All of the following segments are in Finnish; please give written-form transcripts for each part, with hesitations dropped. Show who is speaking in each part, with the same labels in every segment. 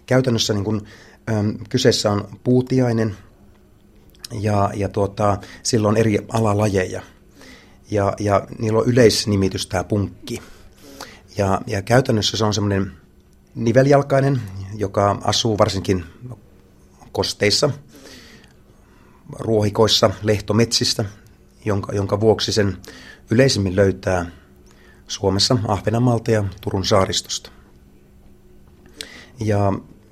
Speaker 1: käytännössä niin kuin, kyseessä on puutiainen ja sillä on eri alalajeja ja niillä on yleisnimitys tämä punkki. Ja käytännössä se on semmoinen niveljalkainen, joka asuu varsinkin kosteissa, ruohikoissa, lehtometsissä, jonka vuoksi sen yleisimmin löytää Suomessa Ahvenanmaalta ja Turun saaristosta. Ja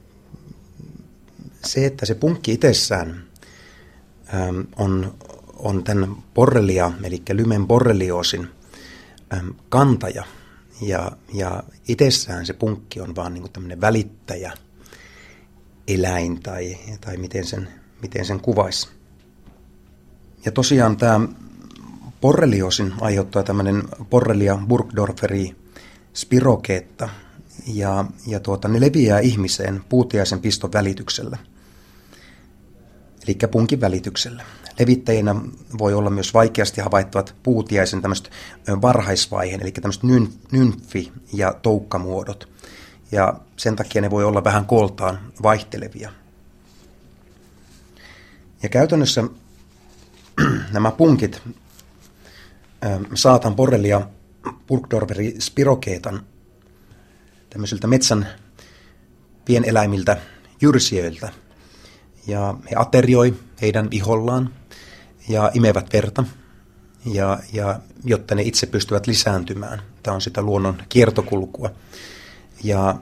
Speaker 1: se, että se punkki itsessään on tämän borrelia, eli Lymen borrelioosin kantaja, ja itsessään se punkki on vaan niin kuin tämmöinen välittäjä eläin, tai miten sen kuvaisi. Ja tosiaan tämä borrelioosin aiheuttaa tämmöinen Borrelia burgdorferi spirokeetta, ja ne leviää ihmiseen puutiaisen piston välityksellä, eli punkin välityksellä. Levittäjinä voi olla myös vaikeasti havaittavat puutiaisen tämmöiset varhaisvaiheen, eli tämmöiset nymfi- ja toukkamuodot. Ja sen takia ne voi olla vähän kooltaan vaihtelevia. Ja käytännössä nämä punkit saatan Borrelia burgdorferi spirokeetan tämmöisiltä metsän pieneläimiltä, jyrsijöiltä. Ja he aterioi heidän ihollaan ja imevät verta, ja jotta ne itse pystyvät lisääntymään. Tämä on sitä luonnon kiertokulkua. Ja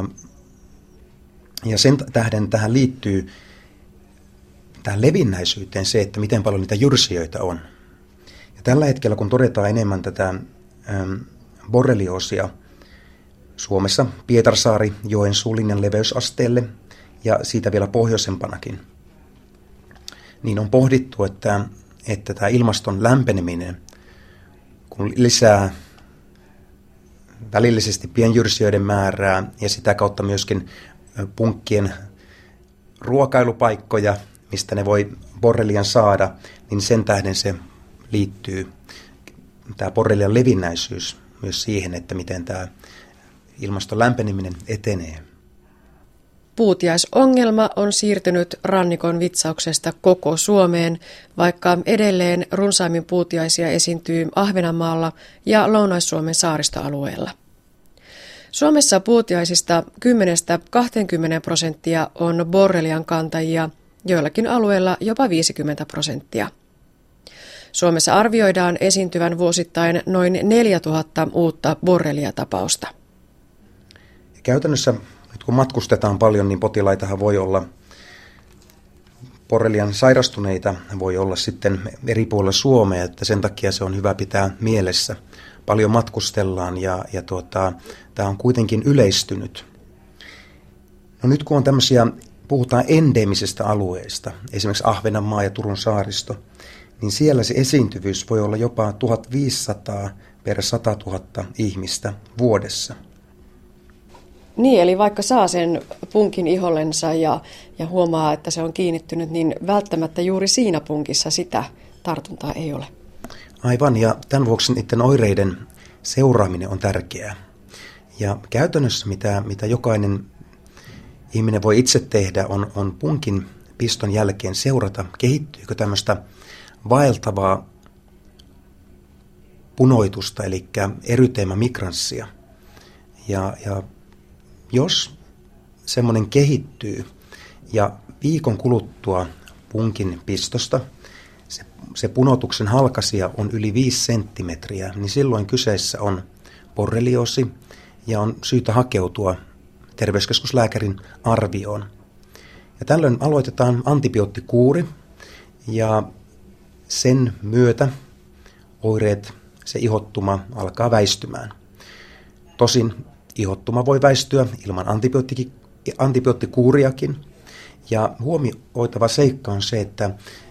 Speaker 1: sen tähden tähän liittyy tähän levinnäisyyteen se, että miten paljon niitä jyrsijöitä on. Ja tällä hetkellä, kun todetaan enemmän tätä borrelioosia Suomessa, Pietarsaari, Joensuun linjan leveysasteelle ja siitä vielä pohjoisempanakin, niin on pohdittu, että tämä ilmaston lämpeneminen, kun lisää välillisesti pienjyrsijöiden määrää ja sitä kautta myöskin punkkien ruokailupaikkoja, mistä ne voi borrelian saada, niin sen tähden se liittyy, tämä borrelian levinnäisyys, myös siihen, että miten tämä ilmaston lämpeneminen etenee.
Speaker 2: Puutiaisongelma on siirtynyt rannikon vitsauksesta koko Suomeen, vaikka edelleen runsaimmin puutiaisia esiintyy Ahvenanmaalla ja Lounais-Suomen saaristoalueella. Suomessa puutiaisista 10–20% on borrelian kantajia, joillakin alueilla jopa 50%. Suomessa arvioidaan esiintyvän vuosittain noin 4000 uutta borrelia-tapausta.
Speaker 1: Käytännössä, nyt kun matkustetaan paljon, niin potilaitahan voi olla, borrelian sairastuneita voi olla sitten eri puolilla Suomea, että sen takia se on hyvä pitää mielessä. Paljon matkustellaan ja tämä on kuitenkin yleistynyt. No nyt kun on tämmöisiä, puhutaan endeemisestä alueesta, esimerkiksi Ahvenanmaa ja Turun saaristo, niin siellä se esiintyvyys voi olla jopa 1500 per 100 000 ihmistä vuodessa.
Speaker 2: Niin, eli vaikka saa sen punkin ihollensa ja huomaa, että se on kiinnittynyt, niin välttämättä juuri siinä punkissa sitä tartuntaa ei ole.
Speaker 1: Aivan, ja tämän vuoksi niiden oireiden seuraaminen on tärkeää. Ja käytännössä, mitä jokainen ihminen voi itse tehdä, on punkin piston jälkeen seurata, kehittyykö tämmöistä vaeltavaa punoitusta, eli eryteema migranssia. Ja jos semmoinen kehittyy ja viikon kuluttua punkin pistosta se punotuksen halkaisija on yli 5 senttimetriä, niin silloin kyseessä on borrelioosi ja on syytä hakeutua terveyskeskuslääkärin arvioon. Ja tällöin aloitetaan antibioottikuuri ja sen myötä oireet, se ihottuma alkaa väistymään. Tosin ihottuma voi väistyä ilman antibioottikuuriakin. Ja huomioitava seikka on se, että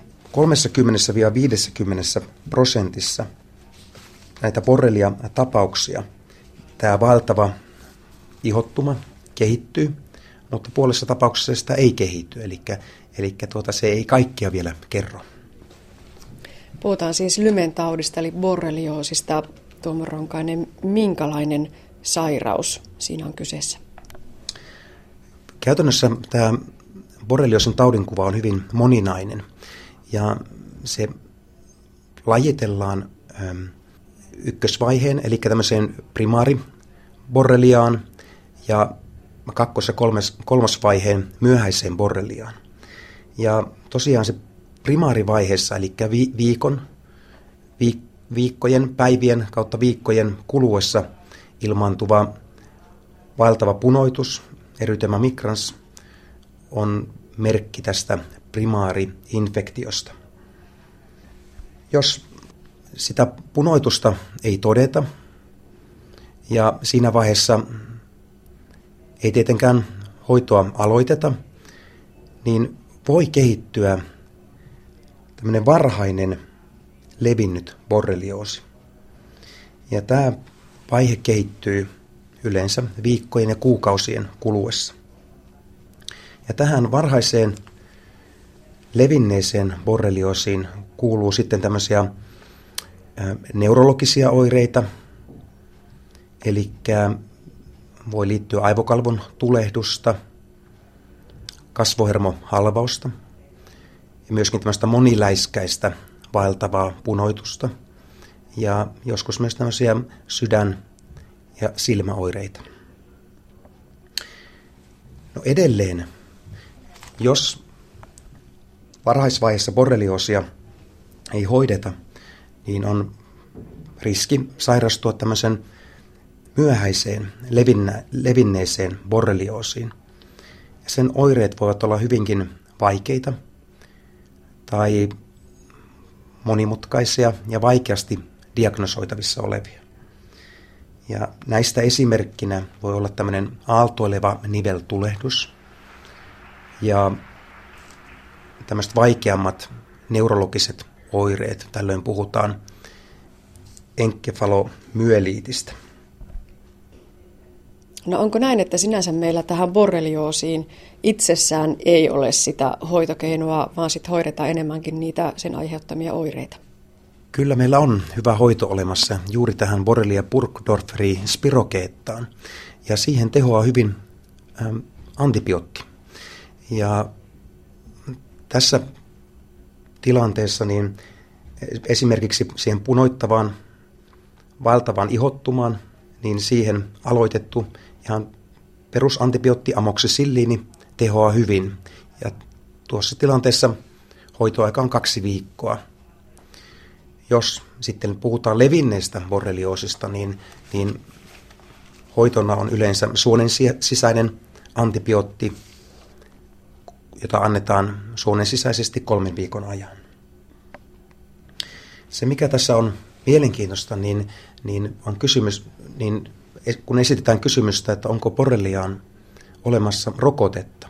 Speaker 1: 30–50% näitä borrelia-tapauksia tämä vaeltava ihottuma kehittyy, mutta puolessa tapauksessa sitä ei kehity, eli se ei kaikkia vielä kerro.
Speaker 2: Puhutaan siis Lymen taudista eli borrelioosista. Tuomo Ronkainen, minkälainen sairaus siinä on kyseessä?
Speaker 1: Käytännössä tämä borrelioosin taudinkuva on hyvin moninainen ja se lajitellaan ykkösvaiheen, eli tämmöiseen primaariborreliaan ja kakkos- ja kolmosvaiheen myöhäiseen borreliaan. Ja tosiaan se primaarivaiheessa, eli viikkojen, päivien kautta viikkojen kuluessa ilmaantuva vaeltava punoitus, erythema migrans, on merkki tästä primaari-infektiosta. Jos sitä punoitusta ei todeta ja siinä vaiheessa ei tietenkään hoitoa aloiteta, niin voi kehittyä tämmöinen varhainen levinnyt borrelioosi. Ja tämä vaihe kehittyy yleensä viikkojen ja kuukausien kuluessa. Ja tähän varhaiseen levinneeseen borrelioosiin kuuluu sitten tämmöisiä neurologisia oireita, eli voi liittyä aivokalvon tulehdusta, kasvohermohalvausta ja myöskin tämmöistä moniläiskäistä vaeltavaa punoitusta ja joskus myös tämmöisiä sydän- ja silmäoireita. No edelleen, jos varhaisvaiheessa borrelioosia ei hoideta, niin on riski sairastua tämmöisen myöhäiseen levinneeseen borrelioosiin. Ja sen oireet voivat olla hyvinkin vaikeita tai monimutkaisia ja vaikeasti diagnosoitavissa olevia. Ja näistä esimerkkinä voi olla tämmöinen aaltoileva niveltulehdus ja tämmöiset vaikeammat neurologiset oireet. Tällöin puhutaan enkefalomyeliitistä.
Speaker 2: No onko näin, että sinänsä meillä tähän borrelioosiin itsessään ei ole sitä hoitokeinoa, vaan sitten hoidetaan enemmänkin niitä sen aiheuttamia oireita?
Speaker 1: Kyllä meillä on hyvä hoito olemassa juuri tähän Borrelia burgdorferi spirokeettaan. Ja siihen tehoaa hyvin antibiootti. Ja tässä tilanteessa niin esimerkiksi siihen punoittavaan, vaeltavaan ihottumaan, niin siihen aloitettu ihan perusantibiootti amoksisilliini tehoaa hyvin. Ja tuossa tilanteessa hoitoaika on 2 viikkoa. Jos sitten puhutaan levinneestä borrelioosista, niin hoitona on yleensä suonen sisäinen antibiootti, jota annetaan suonen sisäisesti 3 viikon ajan. Se, mikä tässä on mielenkiintoista, niin on kysymys, niin kun esitetään kysymystä, että onko borreliaan olemassa rokotetta.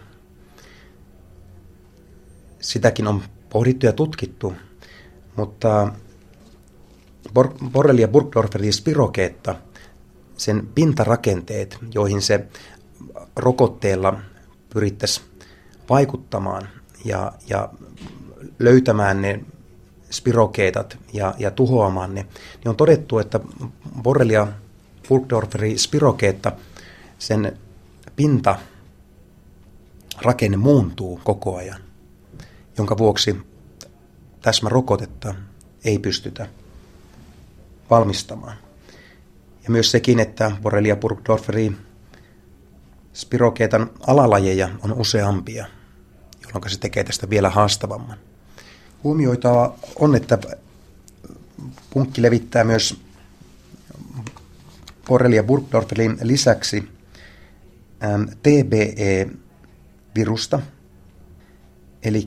Speaker 1: Sitäkin on pohdittu ja tutkittu, mutta Borrelia burgdorferi spirokeetta, sen pintarakenteet, joihin se rokotteella pyrittäisiin vaikuttamaan ja löytämään ne spirokeetat ja tuhoamaan ne, niin on todettu, että Borrelia burgdorferi spirokeetta, sen pintarakenne muuntuu koko ajan, jonka vuoksi täsmärokotetta ei pystytä valmistamaan. Ja myös sekin, että Borrelia burgdorferi spirokeetan alalajeja on useampia, jolloin se tekee tästä vielä haastavamman. Huomioitavaa on, että punkki levittää myös Borrelia burgdorferin lisäksi TBE-virusta, eli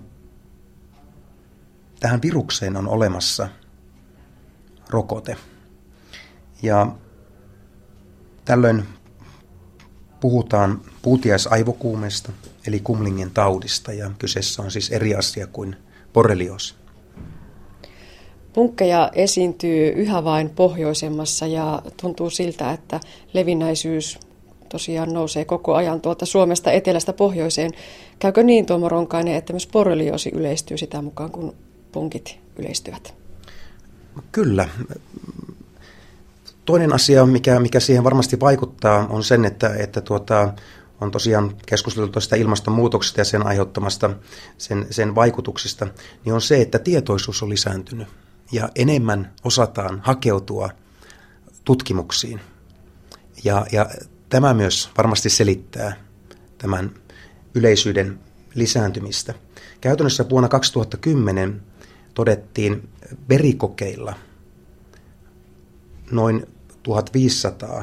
Speaker 1: tähän virukseen on olemassa rokote. Ja tällöin puhutaan puutiaisaivokuumeesta, eli Kumlingen taudista, ja kyseessä on siis eri asia kuin borrelioosi.
Speaker 2: Punkkeja esiintyy yhä vain pohjoisemmassa ja tuntuu siltä, että levinnäisyys tosiaan nousee koko ajan tuolta Suomesta etelästä pohjoiseen. Käykö niin, Tuomo Ronkainen, että myös borrelioosi yleistyy sitä mukaan, kun punkit yleistyvät?
Speaker 1: Kyllä. Toinen asia, mikä siihen varmasti vaikuttaa, on sen, että on tosiaan keskusteltu tuosta ilmastonmuutoksesta ja sen aiheuttamasta sen vaikutuksista, niin on se, että tietoisuus on lisääntynyt ja enemmän osataan hakeutua tutkimuksiin. Ja tämä myös varmasti selittää tämän yleisyyden lisääntymistä. Käytännössä vuonna 2010 todettiin verikokeilla noin 1500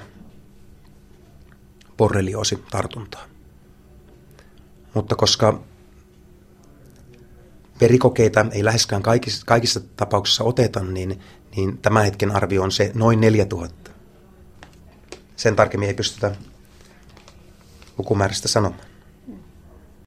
Speaker 1: borrelioositartuntaa. Mutta koska verikokeita ei läheskään kaikissa tapauksissa oteta, niin tämän hetken arvio on se noin 4000. Sen tarkemmin ei pystytä lukumäärästä sanomaan.